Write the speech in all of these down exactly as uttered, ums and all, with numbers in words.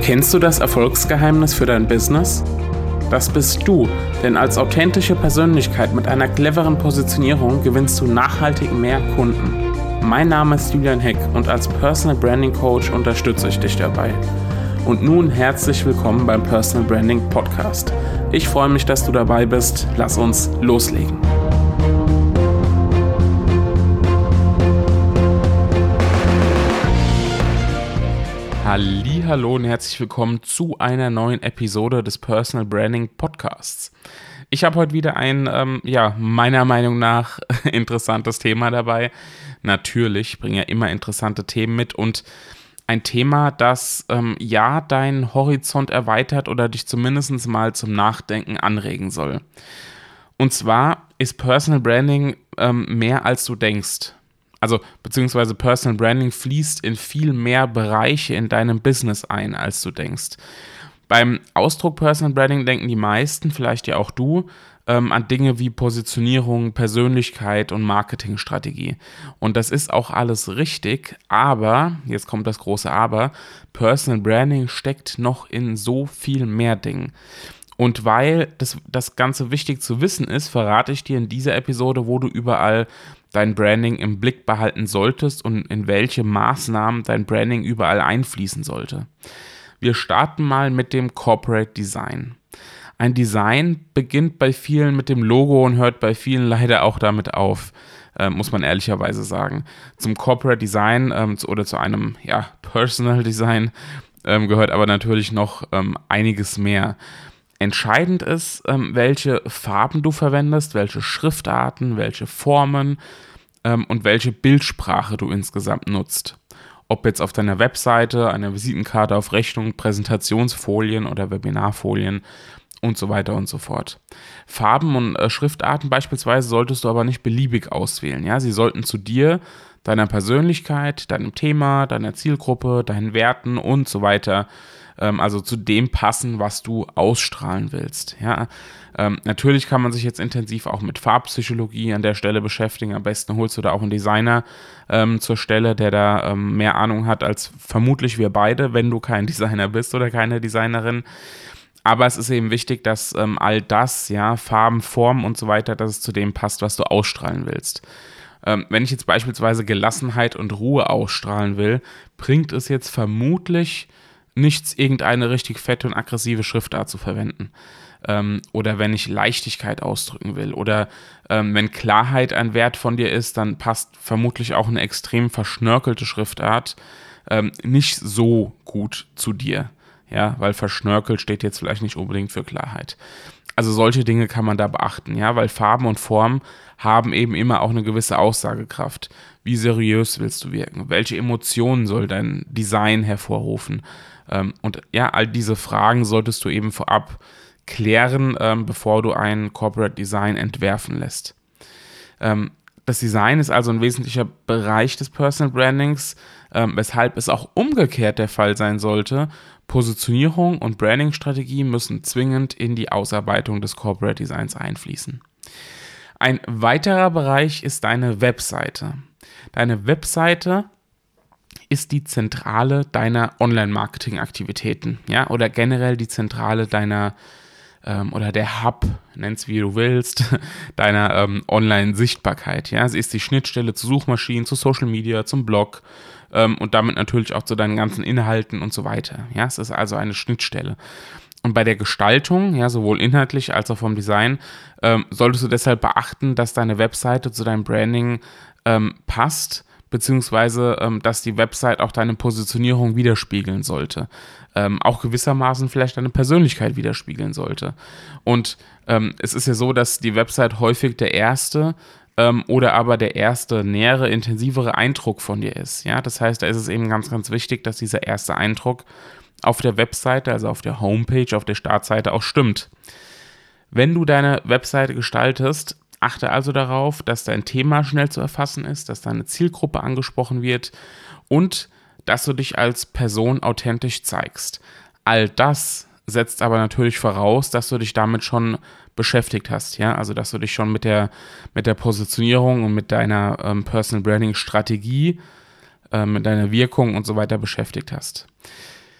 Kennst du das Erfolgsgeheimnis für dein Business? Das bist du, denn als authentische Persönlichkeit mit einer cleveren Positionierung gewinnst du nachhaltig mehr Kunden. Mein Name ist Julian Heck und als Personal Branding Coach unterstütze ich dich dabei. Und nun herzlich willkommen beim Personal Branding Podcast. Ich freue mich, dass du dabei bist. Lass uns loslegen. Hallihallo und herzlich willkommen zu einer neuen Episode des Personal Branding Podcasts. Ich habe heute wieder ein, ähm, ja, meiner Meinung nach interessantes Thema dabei. Natürlich, ich bringe ja immer interessante Themen mit und ein Thema, das, ähm, ja, deinen Horizont erweitert oder dich zumindest mal zum Nachdenken anregen soll. Und zwar ist Personal Branding ähm, mehr als du denkst. Also, beziehungsweise Personal Branding fließt in viel mehr Bereiche in deinem Business ein, als du denkst. Beim Ausdruck Personal Branding denken die meisten, vielleicht ja auch du, ähm, an Dinge wie Positionierung, Persönlichkeit und Marketingstrategie. Und das ist auch alles richtig, aber, jetzt kommt das große Aber, Personal Branding steckt noch in so viel mehr Dingen. Und weil das, das Ganze wichtig zu wissen ist, verrate ich dir in dieser Episode, wo du überall dein Branding im Blick behalten solltest und in welche Maßnahmen dein Branding überall einfließen sollte. Wir starten mal mit dem Corporate Design. Ein Design beginnt bei vielen mit dem Logo und hört bei vielen leider auch damit auf, äh, muss man ehrlicherweise sagen. Zum Corporate Design ähm, zu, oder zu einem ja, Personal Design ähm, gehört aber natürlich noch ähm, einiges mehr. Entscheidend ist, ähm, welche Farben du verwendest, welche Schriftarten, welche Formen ähm, und welche Bildsprache du insgesamt nutzt. Ob jetzt auf deiner Webseite, einer Visitenkarte auf Rechnung, Präsentationsfolien oder Webinarfolien und so weiter und so fort. Farben und äh, Schriftarten beispielsweise solltest du aber nicht beliebig auswählen. Ja? Sie sollten zu dir, deiner Persönlichkeit, deinem Thema, deiner Zielgruppe, deinen Werten und so weiter also zu dem passen, was du ausstrahlen willst. Ja, ähm, natürlich kann man sich jetzt intensiv auch mit Farbpsychologie an der Stelle beschäftigen. Am besten holst du da auch einen Designer ähm, zur Stelle, der da ähm, mehr Ahnung hat als vermutlich wir beide, wenn du kein Designer bist oder keine Designerin. Aber es ist eben wichtig, dass ähm, all das, ja, Farben, Formen und so weiter, dass es zu dem passt, was du ausstrahlen willst. Ähm, wenn ich jetzt beispielsweise Gelassenheit und Ruhe ausstrahlen will, bringt es jetzt vermutlich nichts, irgendeine richtig fette und aggressive Schriftart zu verwenden. Ähm, oder wenn ich Leichtigkeit ausdrücken will. Oder ähm, wenn Klarheit ein Wert von dir ist, dann passt vermutlich auch eine extrem verschnörkelte Schriftart ähm, nicht so gut zu dir. Ja, weil verschnörkelt steht jetzt vielleicht nicht unbedingt für Klarheit. Also solche Dinge kann man da beachten, ja, weil Farben und Formen haben eben immer auch eine gewisse Aussagekraft. Wie seriös willst du wirken? Welche Emotionen soll dein Design hervorrufen? Ähm, und ja, all diese Fragen solltest du eben vorab klären, ähm, bevor du ein Corporate Design entwerfen lässt. Ähm, das Design ist also ein wesentlicher Bereich des Personal Brandings, ähm, weshalb es auch umgekehrt der Fall sein sollte. Positionierung und Branding-Strategie müssen zwingend in die Ausarbeitung des Corporate Designs einfließen. Ein weiterer Bereich ist deine Webseite. Deine Webseite ist die Zentrale deiner Online-Marketing-Aktivitäten, ja, oder generell die Zentrale deiner ähm, oder der Hub, nenn's wie du willst, deiner ähm, Online-Sichtbarkeit, ja. Sie ist die Schnittstelle zu Suchmaschinen, zu Social Media, zum Blog ähm, und damit natürlich auch zu deinen ganzen Inhalten und so weiter, ja. Es ist also eine Schnittstelle. Und bei der Gestaltung, ja, sowohl inhaltlich als auch vom Design, ähm, solltest du deshalb beachten, dass deine Webseite zu deinem Branding ähm, passt, beziehungsweise, ähm, dass die Website auch deine Positionierung widerspiegeln sollte. Ähm, auch gewissermaßen vielleicht deine Persönlichkeit widerspiegeln sollte. Und ähm, es ist ja so, dass die Website häufig der erste ähm, oder aber der erste nähere, intensivere Eindruck von dir ist. Ja? Das heißt, da ist es eben ganz, ganz wichtig, dass dieser erste Eindruck auf der Webseite, also auf der Homepage, auf der Startseite auch stimmt. Wenn du deine Webseite gestaltest, achte also darauf, dass dein Thema schnell zu erfassen ist, dass deine Zielgruppe angesprochen wird und dass du dich als Person authentisch zeigst. All das setzt aber natürlich voraus, dass du dich damit schon beschäftigt hast, ja, also dass du dich schon mit der, mit der Positionierung und mit deiner ähm, Personal Branding Strategie, äh, mit deiner Wirkung und so weiter beschäftigt hast.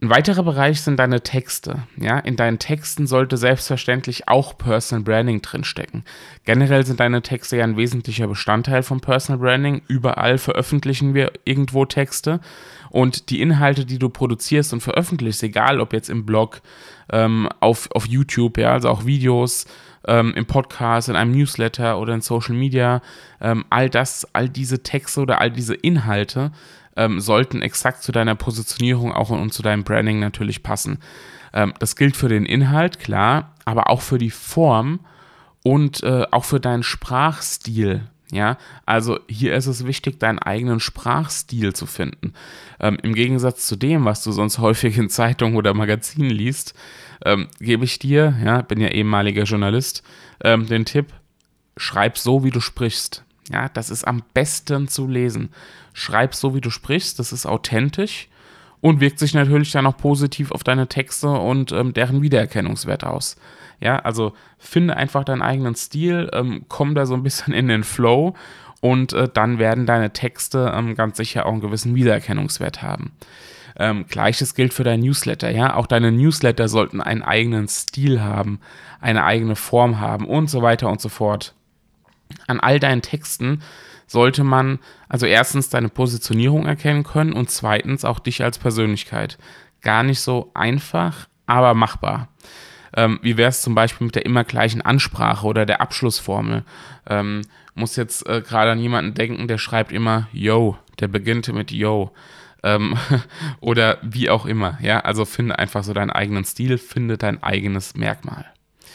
Ein weiterer Bereich sind deine Texte. Ja, in deinen Texten sollte selbstverständlich auch Personal Branding drinstecken. Generell sind deine Texte ja ein wesentlicher Bestandteil von Personal Branding. Überall veröffentlichen wir irgendwo Texte. Und die Inhalte, die du produzierst und veröffentlichst, egal ob jetzt im Blog, ähm, auf, auf YouTube, ja, also auch Videos, ähm, im Podcast, in einem Newsletter oder in Social Media, ähm, all das, all diese Texte oder all diese Inhalte ähm, sollten exakt zu deiner Positionierung auch und zu deinem Branding natürlich passen. Ähm, das gilt für den Inhalt, klar, aber auch für die Form und äh, auch für deinen Sprachstil. Ja, also hier ist es wichtig, deinen eigenen Sprachstil zu finden. Ähm, im Gegensatz zu dem, was du sonst häufig in Zeitungen oder Magazinen liest, ähm, gebe ich dir, ja, bin ja ehemaliger Journalist, ähm, den Tipp, schreib so, wie du sprichst. Ja, das ist am besten zu lesen. Schreib so, wie du sprichst, das ist authentisch und wirkt sich natürlich dann auch positiv auf deine Texte und ähm, deren Wiedererkennungswert aus. Ja, also finde einfach deinen eigenen Stil, ähm, komm da so ein bisschen in den Flow und äh, dann werden deine Texte ähm, ganz sicher auch einen gewissen Wiedererkennungswert haben. Ähm, Gleiches gilt für dein Newsletter, ja, auch deine Newsletter sollten einen eigenen Stil haben, eine eigene Form haben und so weiter und so fort. An all deinen Texten sollte man also erstens deine Positionierung erkennen können und zweitens auch dich als Persönlichkeit. Gar nicht so einfach, aber machbar. Ähm, wie wäre es zum Beispiel mit der immer gleichen Ansprache oder der Abschlussformel? Ähm, muss jetzt äh, gerade an jemanden denken, der schreibt immer Yo, der beginnt mit Yo. Ähm, oder wie auch immer. Ja, also finde einfach so deinen eigenen Stil, finde dein eigenes Merkmal.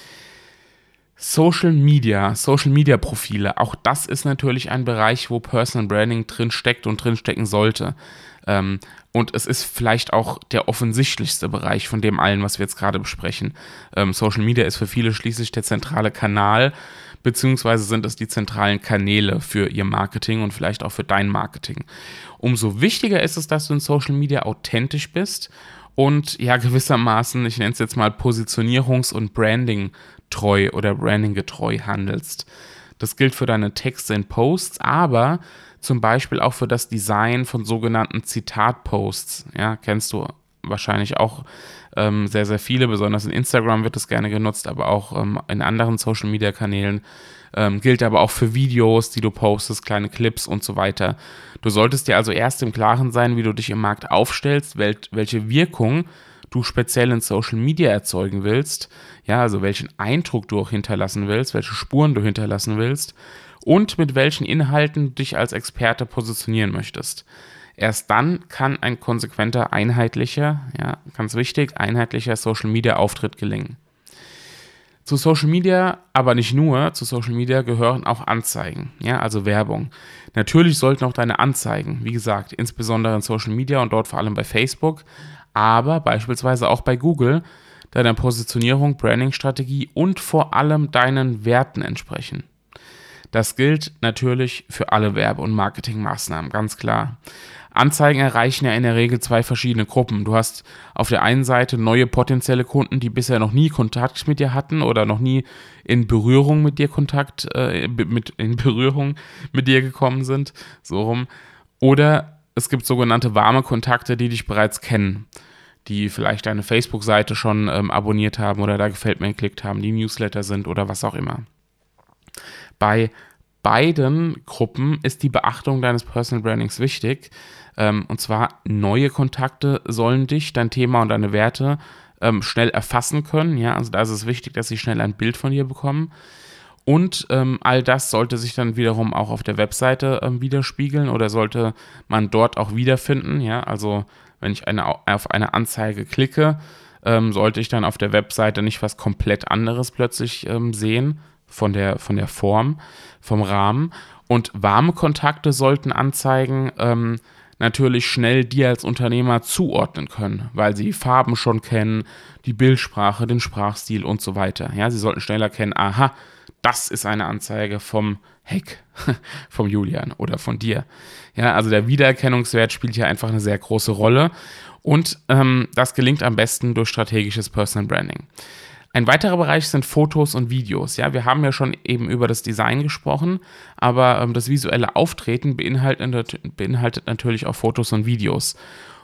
Social Media, Social Media Profile, auch das ist natürlich ein Bereich, wo Personal Branding drin steckt und drin stecken sollte. Ähm, und es ist vielleicht auch der offensichtlichste Bereich von dem allen, was wir jetzt gerade besprechen. Ähm, Social Media ist für viele schließlich der zentrale Kanal, beziehungsweise sind es die zentralen Kanäle für ihr Marketing und vielleicht auch für dein Marketing. Umso wichtiger ist es, dass du in Social Media authentisch bist und ja gewissermaßen, ich nenne es jetzt mal Positionierungs- und Branding-treu oder Branding-getreu handelst. Das gilt für deine Texte in Posts, aber zum Beispiel auch für das Design von sogenannten Zitat-Posts. Ja, kennst du wahrscheinlich auch ähm, sehr, sehr viele, besonders in Instagram wird das gerne genutzt, aber auch ähm, in anderen Social-Media-Kanälen. Ähm, gilt aber auch für Videos, die du postest, kleine Clips und so weiter. Du solltest dir also erst im Klaren sein, wie du dich im Markt aufstellst, wel- welche Wirkung du speziell in Social Media erzeugen willst, ja, also welchen Eindruck du auch hinterlassen willst, welche Spuren du hinterlassen willst und mit welchen Inhalten du dich als Experte positionieren möchtest. Erst dann kann ein konsequenter, einheitlicher, ja, ganz wichtig, einheitlicher Social-Media-Auftritt gelingen. Zu Social Media, aber nicht nur, zu Social Media gehören auch Anzeigen, ja, also Werbung. Natürlich sollten auch deine Anzeigen, wie gesagt, insbesondere in Social Media und dort vor allem bei Facebook, aber beispielsweise auch bei Google, deiner Positionierung, Branding-Strategie und vor allem deinen Werten entsprechen. Das gilt natürlich für alle Werbe- und Marketingmaßnahmen, ganz klar. Anzeigen erreichen ja in der Regel zwei verschiedene Gruppen. Du hast auf der einen Seite neue potenzielle Kunden, die bisher noch nie Kontakt mit dir hatten oder noch nie in Berührung mit dir Kontakt, äh, mit, in Berührung mit dir gekommen sind, so rum. Oder es gibt sogenannte warme Kontakte, die dich bereits kennen, die vielleicht deine Facebook-Seite schon ähm, abonniert haben oder da gefällt mir geklickt haben, die Newsletter sind oder was auch immer. Bei beiden Gruppen ist die Beachtung deines Personal Brandings wichtig. Ähm, und zwar neue Kontakte sollen dich, dein Thema und deine Werte ähm, schnell erfassen können. Ja, also da ist es wichtig, dass sie schnell ein Bild von dir bekommen. Und ähm, all das sollte sich dann wiederum auch auf der Webseite ähm, widerspiegeln oder sollte man dort auch wiederfinden. Ja, also wenn ich eine, auf eine Anzeige klicke, ähm, sollte ich dann auf der Webseite nicht was komplett anderes plötzlich ähm, sehen, von der, von der Form, vom Rahmen. Und warme Kontakte sollten Anzeigen ähm, natürlich schnell dir als Unternehmer zuordnen können, weil sie die Farben schon kennen, die Bildsprache, den Sprachstil und so weiter. Ja, sie sollten schnell erkennen, aha, das ist eine Anzeige vom Heck, vom Julian oder von dir. Ja, also der Wiedererkennungswert spielt hier einfach eine sehr große Rolle und ähm, das gelingt am besten durch strategisches Personal Branding. Ein weiterer Bereich sind Fotos und Videos. Ja, wir haben ja schon eben über das Design gesprochen, aber ähm, das visuelle Auftreten beinhaltet, beinhaltet natürlich auch Fotos und Videos.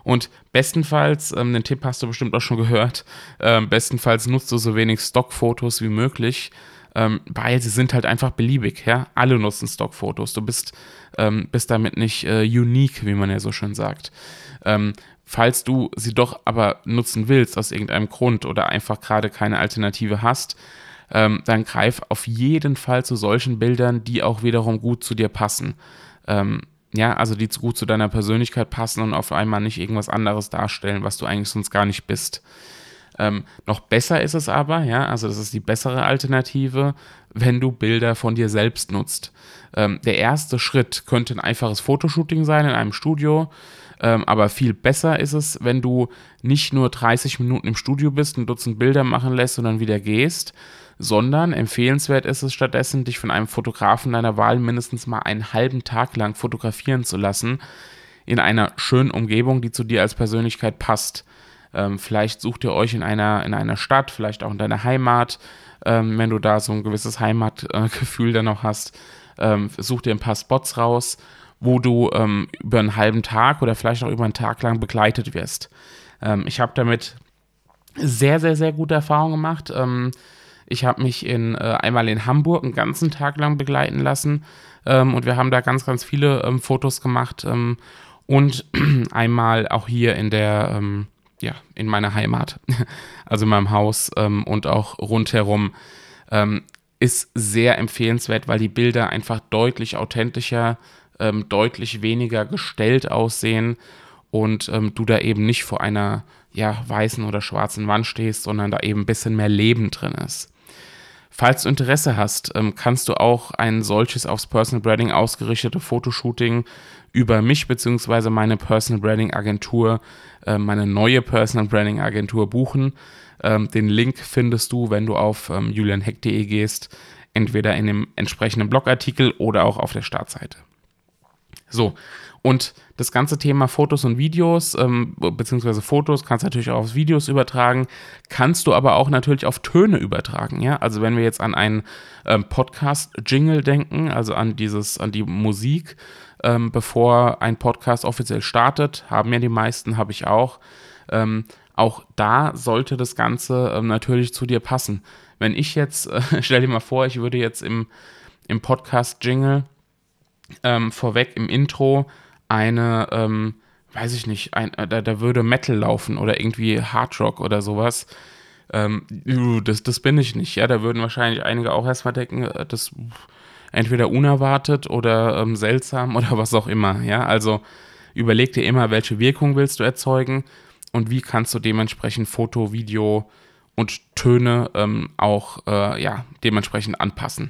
Und bestenfalls, ähm, den Tipp hast du bestimmt auch schon gehört, ähm, bestenfalls nutzt du so wenig Stockfotos wie möglich, ähm, weil sie sind halt einfach beliebig, ja. Alle nutzen Stockfotos. Du bist, ähm, bist damit nicht äh, unique, wie man ja so schön sagt. Ähm, falls du sie doch aber nutzen willst aus irgendeinem Grund oder einfach gerade keine Alternative hast, ähm, dann greif auf jeden Fall zu solchen Bildern, die auch wiederum gut zu dir passen. Ähm, ja, also die zu gut zu deiner Persönlichkeit passen und auf einmal nicht irgendwas anderes darstellen, was du eigentlich sonst gar nicht bist. Ähm, noch besser ist es aber, ja, also das ist die bessere Alternative, wenn du Bilder von dir selbst nutzt. Ähm, der erste Schritt könnte ein einfaches Fotoshooting sein in einem Studio, ähm, aber viel besser ist es, wenn du nicht nur dreißig Minuten im Studio bist, ein Dutzend Bilder machen lässt und dann wieder gehst, sondern empfehlenswert ist es stattdessen, dich von einem Fotografen deiner Wahl mindestens mal einen halben Tag lang fotografieren zu lassen, in einer schönen Umgebung, die zu dir als Persönlichkeit passt. Ähm, vielleicht sucht ihr euch in einer, in einer Stadt, vielleicht auch in deiner Heimat, ähm, wenn du da so ein gewisses Heimatgefühl äh, dann noch hast, ähm, such dir ein paar Spots raus, wo du ähm, über einen halben Tag oder vielleicht auch über einen Tag lang begleitet wirst. Ähm, ich habe damit sehr, sehr, sehr gute Erfahrungen gemacht. Ähm, ich habe mich in, äh, einmal in Hamburg einen ganzen Tag lang begleiten lassen ähm, und wir haben da ganz, ganz viele ähm, Fotos gemacht ähm, und einmal auch hier in der ähm, ja, in meiner Heimat, also in meinem Haus ähm, und auch rundherum, ähm, ist sehr empfehlenswert, weil die Bilder einfach deutlich authentischer, ähm, deutlich weniger gestellt aussehen und ähm, du da eben nicht vor einer ja, weißen oder schwarzen Wand stehst, sondern da eben ein bisschen mehr Leben drin ist. Falls du Interesse hast, ähm, kannst du auch ein solches aufs Personal Branding ausgerichtete Fotoshooting über mich bzw. meine Personal Branding Agentur, äh, meine neue Personal Branding Agentur buchen. Ähm, den Link findest du, wenn du auf ähm, julian heck punkt de gehst, entweder in dem entsprechenden Blogartikel oder auch auf der Startseite. So, und das ganze Thema Fotos und Videos, ähm, beziehungsweise Fotos kannst du natürlich auch auf Videos übertragen, kannst du aber auch natürlich auf Töne übertragen, ja, also wenn wir jetzt an einen ähm, Podcast-Jingle denken, also an dieses, an die Musik, ähm, bevor ein Podcast offiziell startet, haben ja die meisten, habe ich auch, ähm, auch da sollte das Ganze ähm, natürlich zu dir passen. Wenn ich jetzt, äh, stell dir mal vor, ich würde jetzt im, im Podcast-Jingle Ähm, vorweg im Intro eine, ähm, weiß ich nicht, ein, da, da würde Metal laufen oder irgendwie Hardrock oder sowas. Ähm, das, das bin ich nicht, ja. Da würden wahrscheinlich einige auch erstmal denken, das entweder unerwartet oder ähm, seltsam oder was auch immer, ja. Also überleg dir immer, welche Wirkung willst du erzeugen und wie kannst du dementsprechend Foto, Video und Töne ähm, auch äh, ja, dementsprechend anpassen.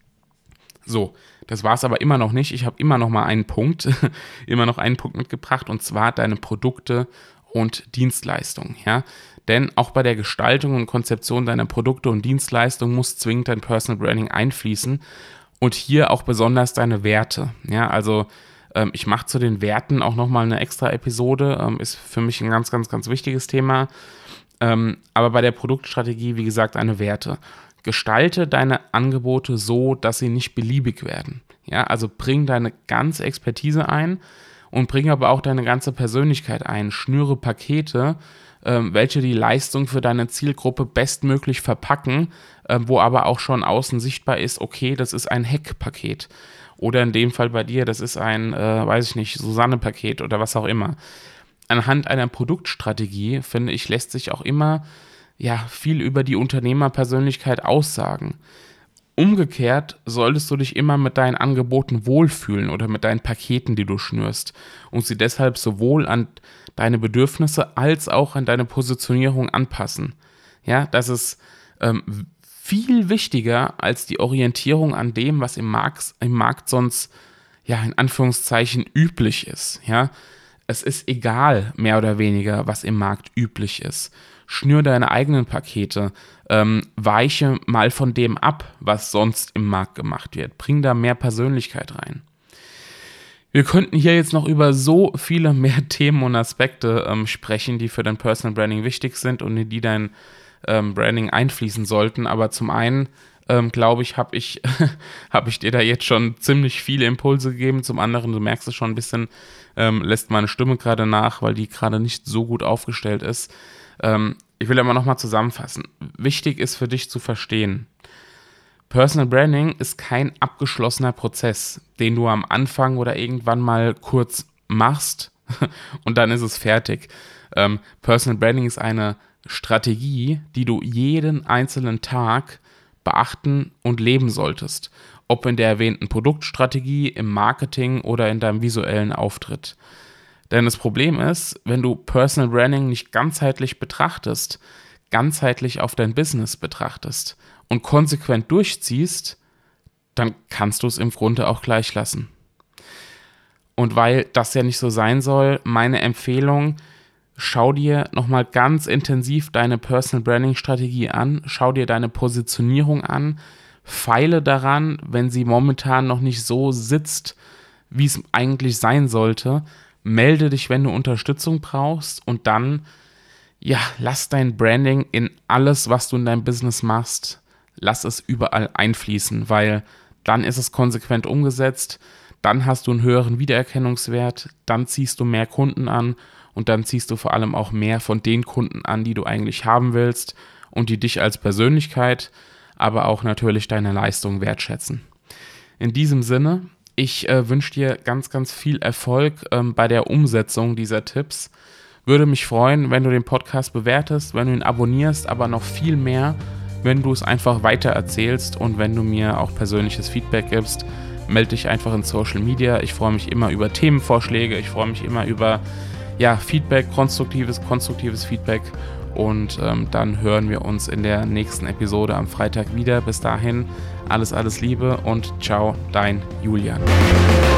So, das war es aber immer noch nicht. Ich habe immer noch mal einen Punkt, immer noch einen Punkt mitgebracht und zwar deine Produkte und Dienstleistungen, ja. Denn auch bei der Gestaltung und Konzeption deiner Produkte und Dienstleistungen muss zwingend dein Personal Branding einfließen und hier auch besonders deine Werte, ja. Also ähm, ich mache zu den Werten auch noch mal eine extra Episode, ähm, ist für mich ein ganz, ganz, ganz wichtiges Thema. Ähm, aber bei der Produktstrategie, wie gesagt, deine Werte. Gestalte deine Angebote so, dass sie nicht beliebig werden. Ja, also bring deine ganze Expertise ein und bring aber auch deine ganze Persönlichkeit ein. Schnüre Pakete, ähm, welche die Leistung für deine Zielgruppe bestmöglich verpacken, äh, wo aber auch schon außen sichtbar ist, okay, das ist ein Heck-Paket. Oder in dem Fall bei dir, das ist ein, äh, weiß ich nicht, Susanne-Paket oder was auch immer. Anhand einer Produktstrategie, finde ich, lässt sich auch immer ja, viel über die Unternehmerpersönlichkeit aussagen. Umgekehrt solltest du dich immer mit deinen Angeboten wohlfühlen oder mit deinen Paketen, die du schnürst und sie deshalb sowohl an deine Bedürfnisse als auch an deine Positionierung anpassen. Ja, das ist ähm, viel wichtiger als die Orientierung an dem, was im Markt, im Markt sonst, ja, in Anführungszeichen üblich ist. Ja, es ist egal, mehr oder weniger, was im Markt üblich ist. Schnür deine eigenen Pakete, ähm, weiche mal von dem ab, was sonst im Markt gemacht wird. Bring da mehr Persönlichkeit rein. Wir könnten hier jetzt noch über so viele mehr Themen und Aspekte ähm, sprechen, die für dein Personal Branding wichtig sind und in die dein ähm, Branding einfließen sollten. Aber zum einen ähm, glaube ich, habe ich, hab ich dir da jetzt schon ziemlich viele Impulse gegeben. Zum anderen, du merkst es schon ein bisschen, ähm, lässt meine Stimme gerade nach, weil die gerade nicht so gut aufgestellt ist. Ähm, ich will aber nochmal zusammenfassen. Wichtig ist für dich zu verstehen, Personal Branding ist kein abgeschlossener Prozess, den du am Anfang oder irgendwann mal kurz machst und dann ist es fertig. Ähm, Personal Branding ist eine Strategie, die du jeden einzelnen Tag beachten und leben solltest. Ob in der erwähnten Produktstrategie, im Marketing oder in deinem visuellen Auftritt. Denn das Problem ist, wenn du Personal Branding nicht ganzheitlich betrachtest, ganzheitlich auf dein Business betrachtest und konsequent durchziehst, dann kannst du es im Grunde auch gleich lassen. Und weil das ja nicht so sein soll, meine Empfehlung, schau dir nochmal ganz intensiv deine Personal Branding Strategie an, schau dir deine Positionierung an, feile daran, wenn sie momentan noch nicht so sitzt, wie es eigentlich sein sollte, melde dich, wenn du Unterstützung brauchst und dann, ja, lass dein Branding in alles, was du in deinem Business machst, lass es überall einfließen, weil dann ist es konsequent umgesetzt, dann hast du einen höheren Wiedererkennungswert, dann ziehst du mehr Kunden an und dann ziehst du vor allem auch mehr von den Kunden an, die du eigentlich haben willst und die dich als Persönlichkeit, aber auch natürlich deine Leistung wertschätzen. In diesem Sinne, ich äh, wünsche dir ganz, ganz viel Erfolg ähm, bei der Umsetzung dieser Tipps. Würde mich freuen, wenn du den Podcast bewertest, wenn du ihn abonnierst, aber noch viel mehr, wenn du es einfach weitererzählst und wenn du mir auch persönliches Feedback gibst. Melde dich einfach in Social Media. Ich freue mich immer über Themenvorschläge, ich freue mich immer über ja, Feedback, konstruktives, konstruktives Feedback. Und ähm, dann hören wir uns in der nächsten Episode am Freitag wieder. Bis dahin, alles, alles Liebe und ciao, dein Julian.